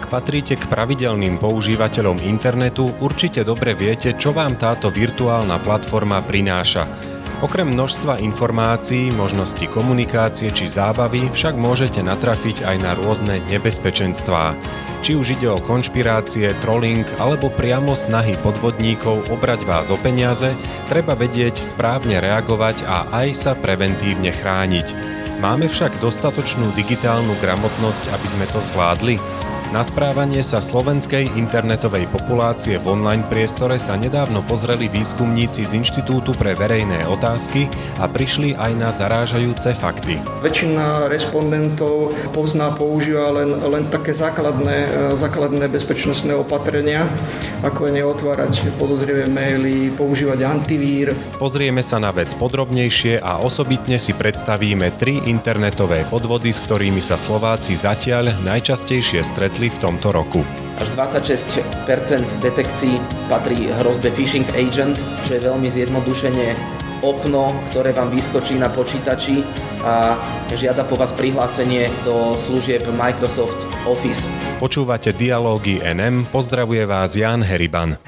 Ak patríte k pravidelným používateľom internetu, určite dobre viete, čo vám táto virtuálna platforma prináša. Okrem množstva informácií, možností komunikácie či zábavy však môžete natrafiť aj na rôzne nebezpečenstvá. Či už ide o konšpirácie, trolling alebo priamo snahy podvodníkov obrať vás o peniaze, treba vedieť správne reagovať a aj sa preventívne chrániť. Máme však dostatočnú digitálnu gramotnosť, aby sme to zvládli? Na správanie sa slovenskej internetovej populácie v online priestore sa nedávno pozreli výskumníci z Inštitútu pre verejné otázky a prišli aj na zarážajúce fakty. Väčšina respondentov používa len také základné bezpečnostné opatrenia, ako je neotvárať podozrivé maily, používať antivír. Pozrieme sa na vec podrobnejšie a osobitne si predstavíme 3 internetové podvody, s ktorými sa Slováci zatiaľ najčastejšie stretli v tomto roku. Až 26% detekcií patrí hrozbe phishing agent, čo je veľmi zjednodušene okno, ktoré vám vyskočí na počítači a žiada po vás prihlásenie do služieb Microsoft Office. Počúvate Dialógy NM, pozdravuje vás Ján Heriban.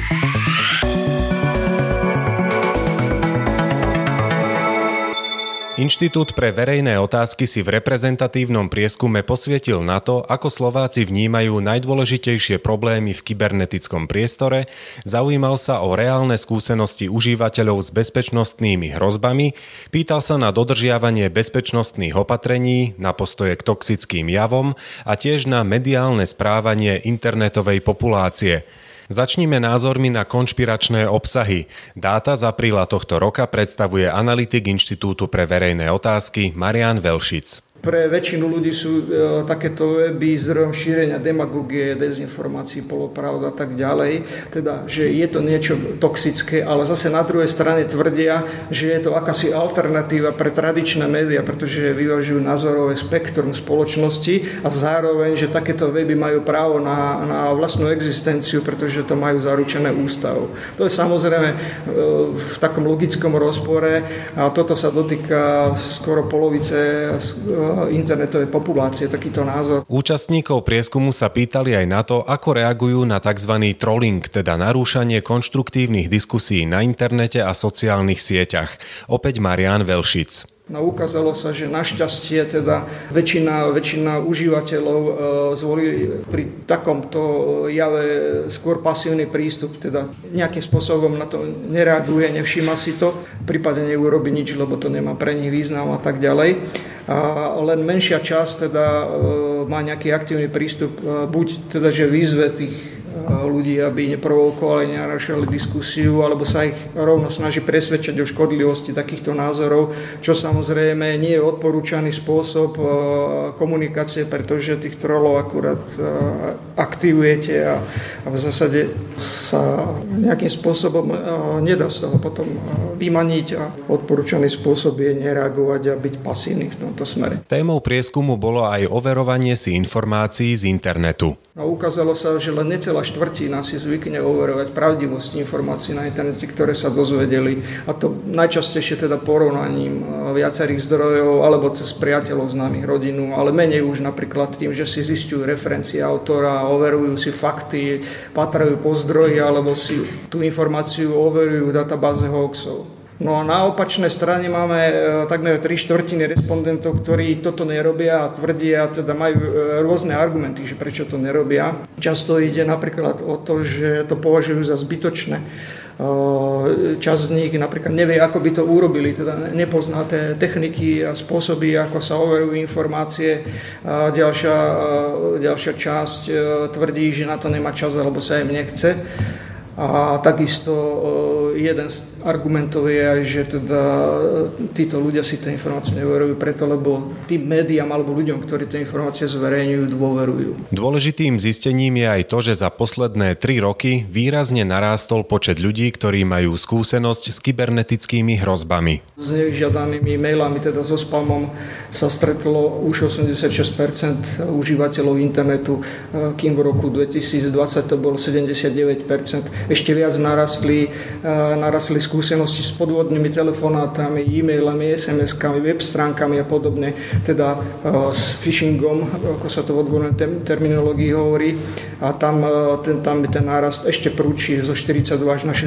Inštitút pre verejné otázky si v reprezentatívnom prieskume posvietil na to, ako Slováci vnímajú najdôležitejšie problémy v kybernetickom priestore, zaujímal sa o reálne skúsenosti užívateľov s bezpečnostnými hrozbami, pýtal sa na dodržiavanie bezpečnostných opatrení, na postoje k toxickým javom a tiež na mediálne správanie internetovej populácie. Začnime názormi na konšpiračné obsahy. Dáta z apríla tohto roka predstavuje analytik Inštitútu pre verejné otázky Marián Velšic. Pre väčšinu ľudí sú takéto weby zdrojom šírenia demagógie, dezinformácií, polopravd a tak ďalej. Teda, že je to niečo toxické, ale zase na druhej strane tvrdia, že je to akási alternatíva pre tradičné médiá, pretože vyvažujú názorové spektrum spoločnosti a zároveň, že takéto weby majú právo na vlastnú existenciu, pretože to majú zaručené ústavou. To je samozrejme v takom logickom rozpore a toto sa dotýka skoro polovice internetovej populácie, takýto názor. Účastníkov prieskumu sa pýtali aj na to, ako reagujú na tzv. Trolling, teda narúšanie konštruktívnych diskusí na internete a sociálnych sieťach. Opäť Marián Velšic. No, ukázalo sa, že našťastie teda väčšina užívateľov zvolili pri takomto jave skôr pasívny prístup, teda nejakým spôsobom na to nereaguje, nevšíma si to, prípadne neurobi nič, lebo to nemá pre nich význam a tak ďalej. A len menšia časť teda má nejaký aktívny prístup, buď teda, že vyzve tých ľudí, aby neprovokovali, nenarušali diskusiu, alebo sa ich rovno snaží presvedčať o škodlivosti takýchto názorov, čo samozrejme nie je odporúčaný spôsob komunikácie, pretože tých trollov akurát aktivujete a v zásade sa nejakým spôsobom nedá z toho potom vymaniť a odporúčaný spôsob je nereagovať a byť pasívny v tomto smere. Témou prieskumu bolo aj overovanie si informácií z internetu. A ukázalo sa, že len necelá štvrtina si zvykne overovať pravdivosť informácií na internete, ktoré sa dozvedeli. A to najčastejšie teda porovnaním viacerých zdrojov alebo cez priateľov, známych, rodinu, ale menej už napríklad tým, že si zisťujú referencie autora, overujú si fakty, patrajú po zdroji alebo si tú informáciu overujú v databáze hoaxov. No a na opačnej strane máme takmer 3/4 respondentov, ktorí toto nerobia a tvrdia, teda majú rôzne argumenty, že prečo to nerobia. Často ide napríklad o to, že to považujú za zbytočné. Časť z nich napríklad nevie, ako by to urobili, teda nepozná tie techniky a spôsoby, ako sa overujú informácie. A ďalšia časť tvrdí, že na to nemá čas, alebo sa im nechce. A takisto jeden z argumentov je aj, že teda títo ľudia si tie informácie neverujú preto, lebo tým médiám alebo ľuďom, ktorí tie informácie zverejňujú, dôverujú. Dôležitým zistením je aj to, že za posledné 3 roky výrazne narástol počet ľudí, ktorí majú skúsenosť s kybernetickými hrozbami. S nevyžiadanými mailami, teda so spamom, sa stretlo už 86% užívateľov internetu, kým v roku 2020 to bolo 79%. Ešte viac narastli skúsenosti s podvodnými telefonátami, e-mailami, SMS-kami, web stránkami a podobne, teda s phishingom, ako sa to v odbornej terminológii hovorí. A tam ten nárast ešte prúči zo 42 až na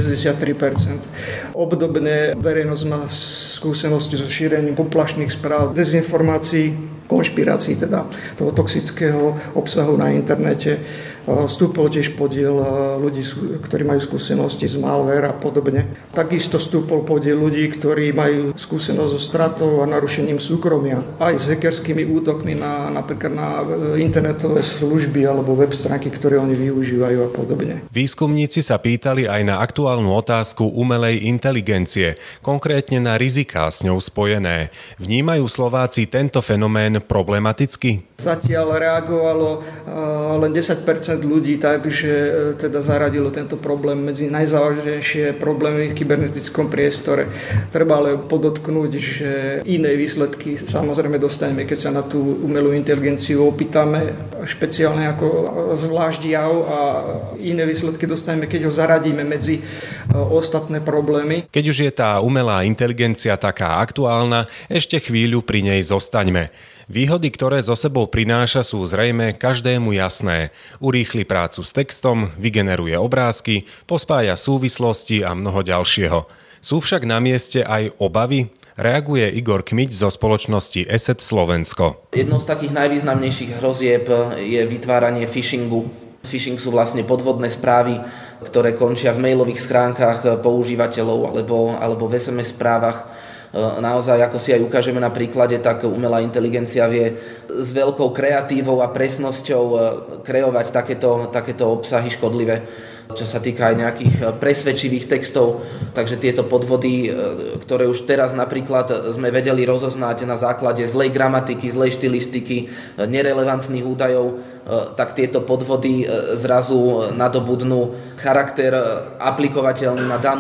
63%. Obdobne verejnosť má skúsenosti so šírením poplašných správ, dezinformácií, konšpirácií, teda toho toxického obsahu na internete. Stúpol tiež podiel ľudí, ktorí majú skúsenosti z malware a podobne. Takisto stúpol podiel ľudí, ktorí majú skúsenosť so stratou a narušením súkromia. Aj s hackerskými útokmi napríklad na internetové služby alebo web stránky, ktoré oni využívajú a podobne. Výskumníci sa pýtali aj na aktuálnu otázku umelej inteligencie, konkrétne na riziká s ňou spojené. Vnímajú Slováci tento fenomén problematicky? Zatiaľ reagovalo len 10% ľudí, takže teda zaradilo tento problém medzi najzávažnejšie problémy v kybernetickom priestore. Treba ale podotknúť, že iné výsledky samozrejme dostaneme, keď sa na tú umelú inteligenciu opýtame, špeciálne ako zvlášť jav, a iné výsledky dostaneme, keď ho zaradíme medzi ostatné problémy. Keď už je tá umelá inteligencia taká aktuálna, ešte chvíľu pri nej zostaňme. Výhody, ktoré zo sebou prináša, sú zrejme každému jasné. Urýchli prácu s textom, vygeneruje obrázky, pospája súvislosti a mnoho ďalšieho. Sú však na mieste aj obavy? Reaguje Igor Kmiť zo spoločnosti ESET Slovensko. Jednou z takých najvýznamnejších hrozieb je vytváranie phishingu. Phishing sú vlastne podvodné správy, ktoré končia v mailových schránkach používateľov alebo v SMS správach. Naozaj, ako si aj ukážeme na príklade, tak umelá inteligencia vie s veľkou kreatívou a presnosťou kreovať takéto obsahy škodlivé, čo sa týka aj nejakých presvedčivých textov. Takže tieto podvody, ktoré už teraz napríklad sme vedeli rozoznať na základe zlej gramatiky, zlej štilistiky, nerelevantných údajov, tak tieto podvody zrazu nadobudnú charakter aplikovateľný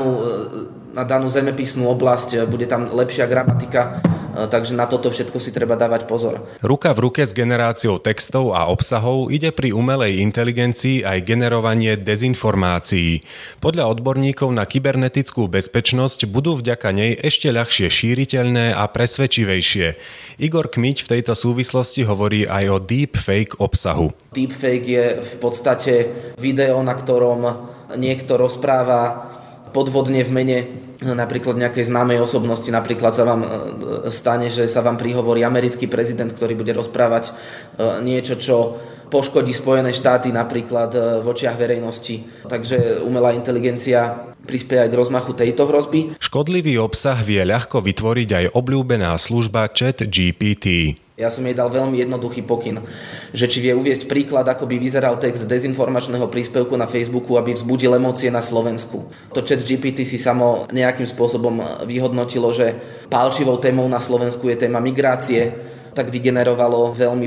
na danú zemepisnú oblasť, bude tam lepšia gramatika, takže na toto všetko si treba dávať pozor. Ruka v ruke s generáciou textov a obsahov ide pri umelej inteligencii aj generovanie dezinformácií. Podľa odborníkov na kybernetickú bezpečnosť budú vďaka nej ešte ľahšie šíriteľné a presvedčivejšie. Igor Kmiť v tejto súvislosti hovorí aj o deepfake obsahu. Deepfake je v podstate video, na ktorom niekto rozpráva podvodne v mene napríklad nejakej známej osobnosti. Napríklad sa vám stane, že sa vám prihovorí americký prezident, ktorý bude rozprávať niečo, čo poškodí Spojené štáty napríklad v očiach verejnosti. Takže umelá inteligencia prispieje aj k rozmachu tejto hrozby. Škodlivý obsah vie ľahko vytvoriť aj obľúbená služba ChatGPT. Ja som jej dal veľmi jednoduchý pokyn, že či vie uviesť príklad, ako by vyzeral text dezinformačného príspevku na Facebooku, aby vzbudil emócie na Slovensku. To ChatGPT si samo nejakým spôsobom vyhodnotilo, že pálčivou témou na Slovensku je téma migrácie, tak vygenerovalo veľmi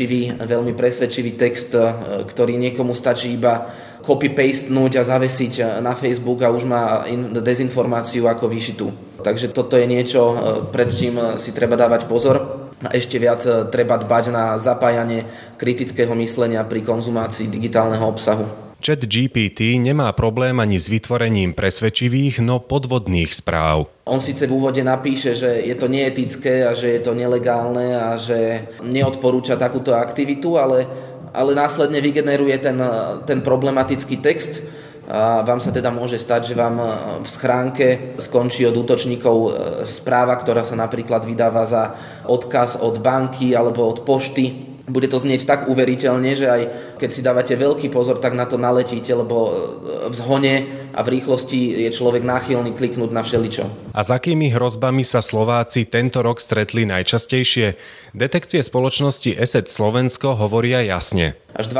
presvedčivý text, ktorý niekomu stačí iba copy-pastenúť a zavesiť na Facebook a už má dezinformáciu ako vyšitú. Takže toto je niečo, pred čím si treba dávať pozor. A ešte viac treba dbať na zapájanie kritického myslenia pri konzumácii digitálneho obsahu. ChatGPT nemá problém ani s vytvorením presvedčivých, no podvodných správ. On síce v úvode napíše, že je to neetické a že je to nelegálne a že neodporúča takúto aktivitu, ale následne vygeneruje ten problematický text. A vám sa teda môže stať, že vám v schránke skončí od útočníkov správa, ktorá sa napríklad vydáva za odkaz od banky alebo od pošty. Bude to znieť tak uveriteľne, že aj keď si dávate veľký pozor, tak na to naletíte, lebo v zhone a v rýchlosti je človek náchylný kliknúť na všeličo. A s akými hrozbami sa Slováci tento rok stretli najčastejšie? Detekcie spoločnosti ESET Slovensko hovoria jasne. Až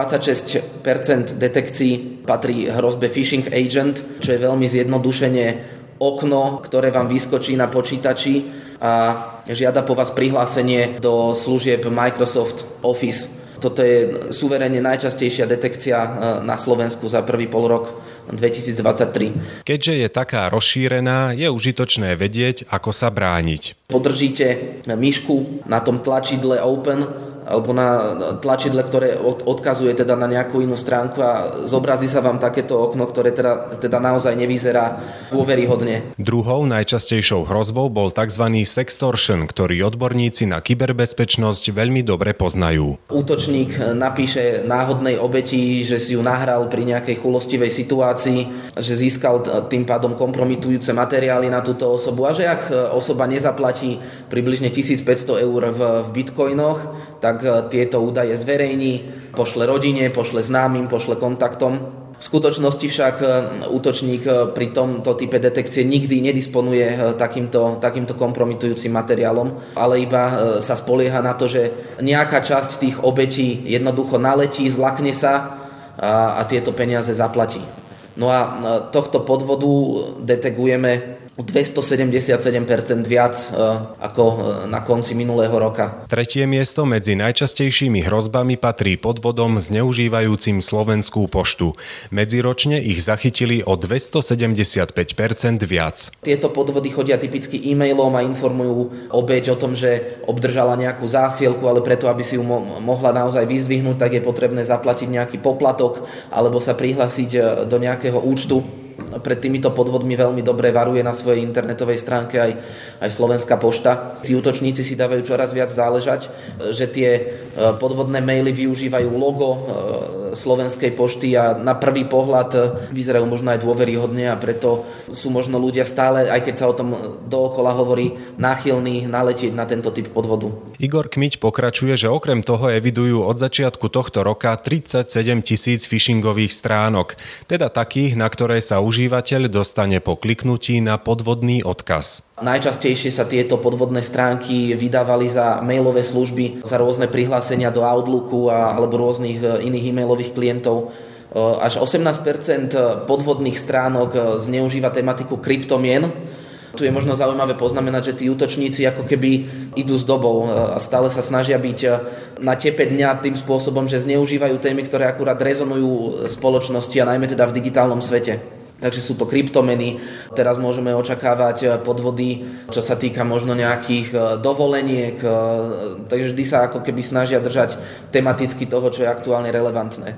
26% detekcií patrí hrozbe phishing agent, čo je veľmi zjednodušene okno, ktoré vám vyskočí na počítači a žiada po vás prihlásenie do služieb Microsoft Office. Toto je suverene najčastejšia detekcia na Slovensku za prvý polrok 2023. Keďže je taká rozšírená, je užitočné vedieť, ako sa brániť. Podržíte myšku na tom tlačidle Open alebo na tlačidle, ktoré odkazuje teda na nejakú inú stránku a zobrazí sa vám takéto okno, ktoré teda naozaj nevyzerá dôveryhodne. Druhou najčastejšou hrozbou bol tzv. Sextortion, ktorý odborníci na kyberbezpečnosť veľmi dobre poznajú. Útočník napíše náhodnej obeti, že si ju nahral pri nejakej chulostivej situácii, že získal tým pádom kompromitujúce materiály na túto osobu a že ak osoba nezaplatí približne 1500 eur v bitcoinoch, tak tieto údaje zverejní, pošle rodine, pošle známym, pošle kontaktom. V skutočnosti však útočník pri tomto type detekcie nikdy nedisponuje takýmto kompromitujúcim materiálom, ale iba sa spolieha na to, že nejaká časť tých obetí jednoducho naletí, zlakne sa a tieto peniaze zaplatí. No a tohto podvodu detekujeme 277% viac ako na konci minulého roka. Tretie miesto medzi najčastejšími hrozbami patrí podvodom zneužívajúcim Slovenskú poštu. Medziročne ich zachytili o 275% viac. Tieto podvody chodia typicky e-mailom a informujú obeť o tom, že obdržala nejakú zásielku, ale preto, aby si ju mohla naozaj vyzdvihnúť, tak je potrebné zaplatiť nejaký poplatok alebo sa prihlásiť do nejakého účtu. Pred týmito podvodmi veľmi dobre varuje na svojej internetovej stránke aj Slovenská pošta. Tí útočníci si dávajú čoraz viac záležať, že tie podvodné maily využívajú logo Slovenskej pošty a na prvý pohľad vyzerajú možno aj dôveryhodne a preto sú možno ľudia stále, aj keď sa o tom dookola hovorí, náchylní naletieť na tento typ podvodu. Igor Kmiť pokračuje, že okrem toho evidujú od začiatku tohto roka 37 000 phishingových stránok, teda takých, na ktoré sa užívateľ dostane po kliknutí na podvodný odkaz. Najčastejšie sa tieto podvodné stránky vydávali za mailové služby, za rôzne prihlásenia do Outlooku alebo rôznych iných e-mailových klientov. Až 18% podvodných stránok zneužíva tematiku kryptomien. Tu je možno zaujímavé poznamenať, že tí útočníci ako keby idú s dobou a stále sa snažia byť na tepe dňa tým spôsobom, že zneužívajú témy, ktoré akurát rezonujú spoločnosti a najmä teda v digitálnom svete. Takže sú to kryptomeny. Teraz môžeme očakávať podvody, čo sa týka možno nejakých dovoleniek. Takže vždy sa ako keby snažia držať tematicky toho, čo je aktuálne relevantné.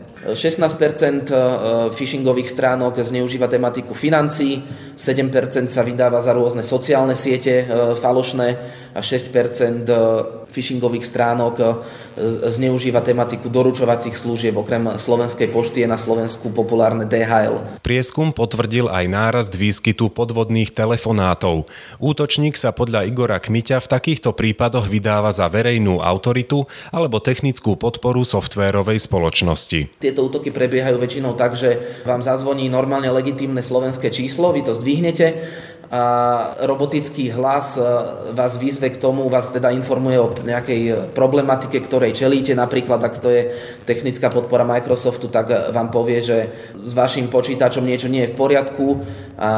16% phishingových stránok zneužíva tematiku financií, 7% sa vydáva za rôzne sociálne siete falošné a 6% phishingových stránok zneužíva tematiku doručovacích služieb. Okrem Slovenskej pošty je na Slovensku populárne DHL. Prieskum potvrdil aj nárast výskytu podvodných telefonátov. Útočník sa podľa Igora Kmiťa v takýchto prípadoch vydáva za verejnú autoritu alebo technickú podporu softvérovej spoločnosti. Tieto útoky prebiehajú väčšinou tak, že vám zazvoní normálne legitímne slovenské číslo, vy to zdvihnete a robotický hlas vás vyzve k tomu, vás teda informuje o nejakej problematike, ktorej čelíte. Napríklad, ak to je technická podpora Microsoftu, tak vám povie, že s vašim počítačom niečo nie je v poriadku a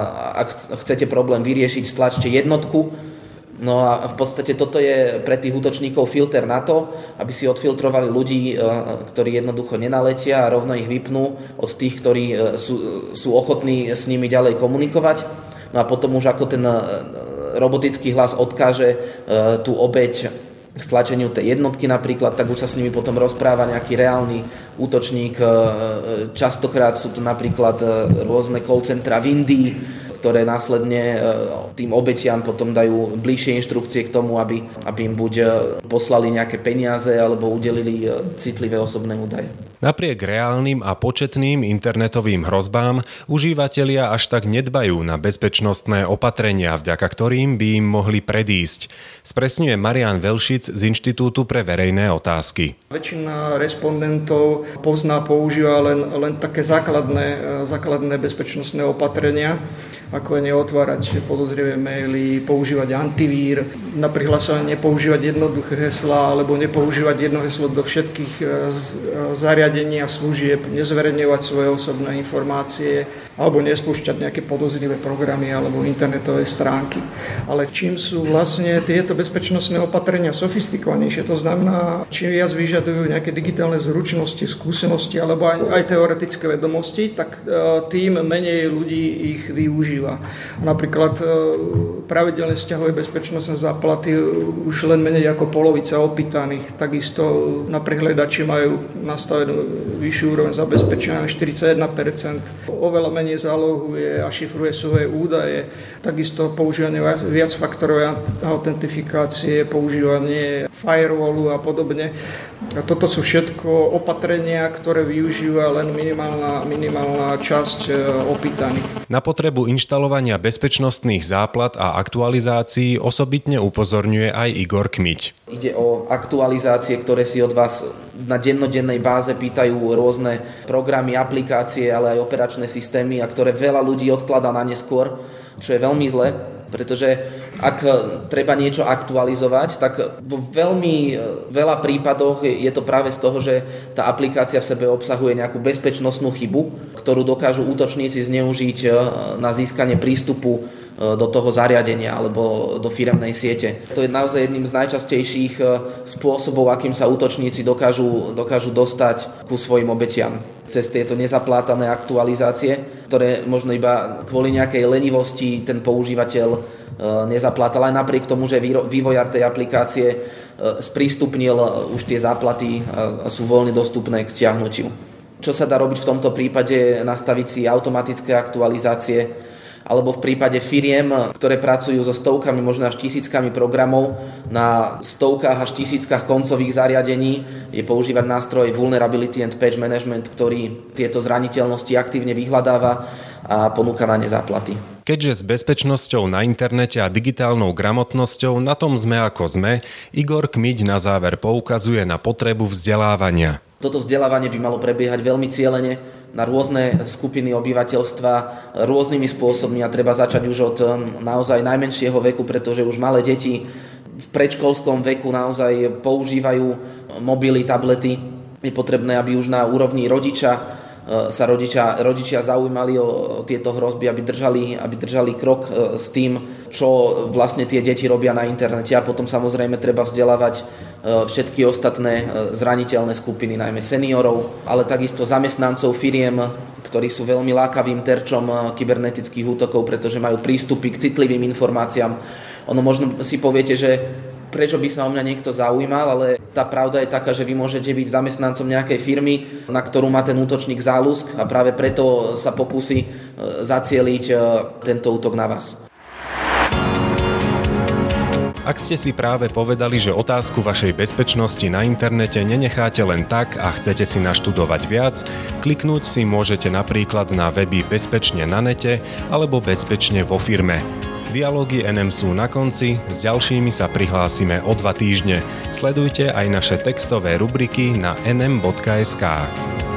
ak chcete problém vyriešiť, stlačte jednotku. No a v podstate toto je pre tých útočníkov filter na to, aby si odfiltrovali ľudí, ktorí jednoducho nenaletia a rovno ich vypnú od tých, ktorí sú ochotní s nimi ďalej komunikovať. No a potom už ako ten robotický hlas odkáže tú obeť k stlačeniu tej jednotky napríklad, tak už sa s nimi potom rozpráva nejaký reálny útočník. Častokrát sú to napríklad rôzne call centra v Indii, ktoré následne tým obetiam potom dajú bližšie inštrukcie k tomu, aby im buď poslali nejaké peniaze alebo udelili citlivé osobné údaje. Napriek reálnym a početným internetovým hrozbám užívatelia až tak nedbajú na bezpečnostné opatrenia, vďaka ktorým by im mohli predísť. Spresňuje Marián Velšic z Inštitútu pre verejné otázky. Väčšina respondentov používa len také základné bezpečnostné opatrenia, ako je neotvárať podozrivé maily, používať antivír, na prihlasovanie nepoužívať jednoduché heslá alebo nepoužívať jedno heslo do všetkých zariadení a služieb, nezverejňovať svoje osobné informácie alebo nespúšťať nejaké podozrivé programy alebo internetové stránky. Ale čím sú vlastne tieto bezpečnostné opatrenia sofistikovanejšie, to znamená, čím viac vyžadujú nejaké digitálne zručnosti, skúsenosti alebo aj teoretické vedomosti, tak tým menej ľudí ich využíva. využíva. Napríklad pravidelne stiahuje bezpečnostné záplaty už len menej ako polovica opýtaných. Takisto na prehliadači majú nastavenú vyššiu úroveň zabezpečenia 41%. Oveľa menej zálohuje a šifruje svoje údaje. Takisto používanie viacfaktorovej autentifikácie, používanie firewallu a podobne. A toto sú všetko opatrenia, ktoré využíva len minimálna časť opýtaných. Na potrebu inštalovania bezpečnostných záplat a aktualizácií osobitne upozorňuje aj Igor Kmiť. Ide o aktualizácie, ktoré si od vás na dennodennej báze pýtajú rôzne programy, aplikácie, ale aj operačné systémy, a ktoré veľa ľudí odkladá na neskôr, čo je veľmi zle. Pretože ak treba niečo aktualizovať, tak vo veľmi veľa prípadoch je to práve z toho, že tá aplikácia v sebe obsahuje nejakú bezpečnostnú chybu, ktorú dokážu útočníci zneužiť na získanie prístupu do toho zariadenia alebo do firemnej siete. To je naozaj jedným z najčastejších spôsobov, akým sa útočníci dokážu dostať ku svojim obetiam. Cez tieto nezaplátané aktualizácie, ktoré možno iba kvôli nejakej lenivosti ten používateľ nezaplátal, aj napriek tomu, že vývojár tej aplikácie sprístupnil už tie záplaty a sú voľne dostupné k stiahnutiu. Čo sa dá robiť v tomto prípade? Nastaviť si automatické aktualizácie, alebo v prípade firiem, ktoré pracujú so stovkami, možno až tisíckami programov na stovkách až tisíckach koncových zariadení, je používať nástroj Vulnerability and Patch Management, ktorý tieto zraniteľnosti aktívne vyhľadáva a ponúka na ne záplaty. Keďže s bezpečnosťou na internete a digitálnou gramotnosťou na tom sme ako sme, Igor Kmiť na záver poukazuje na potrebu vzdelávania. Toto vzdelávanie by malo prebiehať veľmi cielene na rôzne skupiny obyvateľstva rôznymi spôsobmi a treba začať už od naozaj najmenšieho veku, pretože už malé deti v predškolskom veku naozaj používajú mobily, tablety. Je potrebné, aby už na úrovni sa rodičia zaujímali o tieto hrozby, aby držali krok s tým, čo vlastne tie deti robia na internete, a potom samozrejme treba vzdelávať všetky ostatné zraniteľné skupiny, najmä seniorov, ale takisto zamestnancov firiem, ktorí sú veľmi lákavým terčom kybernetických útokov, pretože majú prístupy k citlivým informáciám. Ono možno si poviete, že prečo by sa o mňa niekto zaujímal, ale tá pravda je taká, že vy môžete byť zamestnancom nejakej firmy, na ktorú má ten útočník záľusk, a práve preto sa pokúsi zacieliť tento útok na vás. Ak ste si práve povedali, že otázku vašej bezpečnosti na internete nenecháte len tak a chcete si naštudovať viac, kliknúť si môžete napríklad na weby Bezpečne na nete alebo Bezpečne vo firme. Dialógy NM sú na konci, s ďalšími sa prihlásime o 2 týždne. Sledujte aj naše textové rubriky na nm.sk.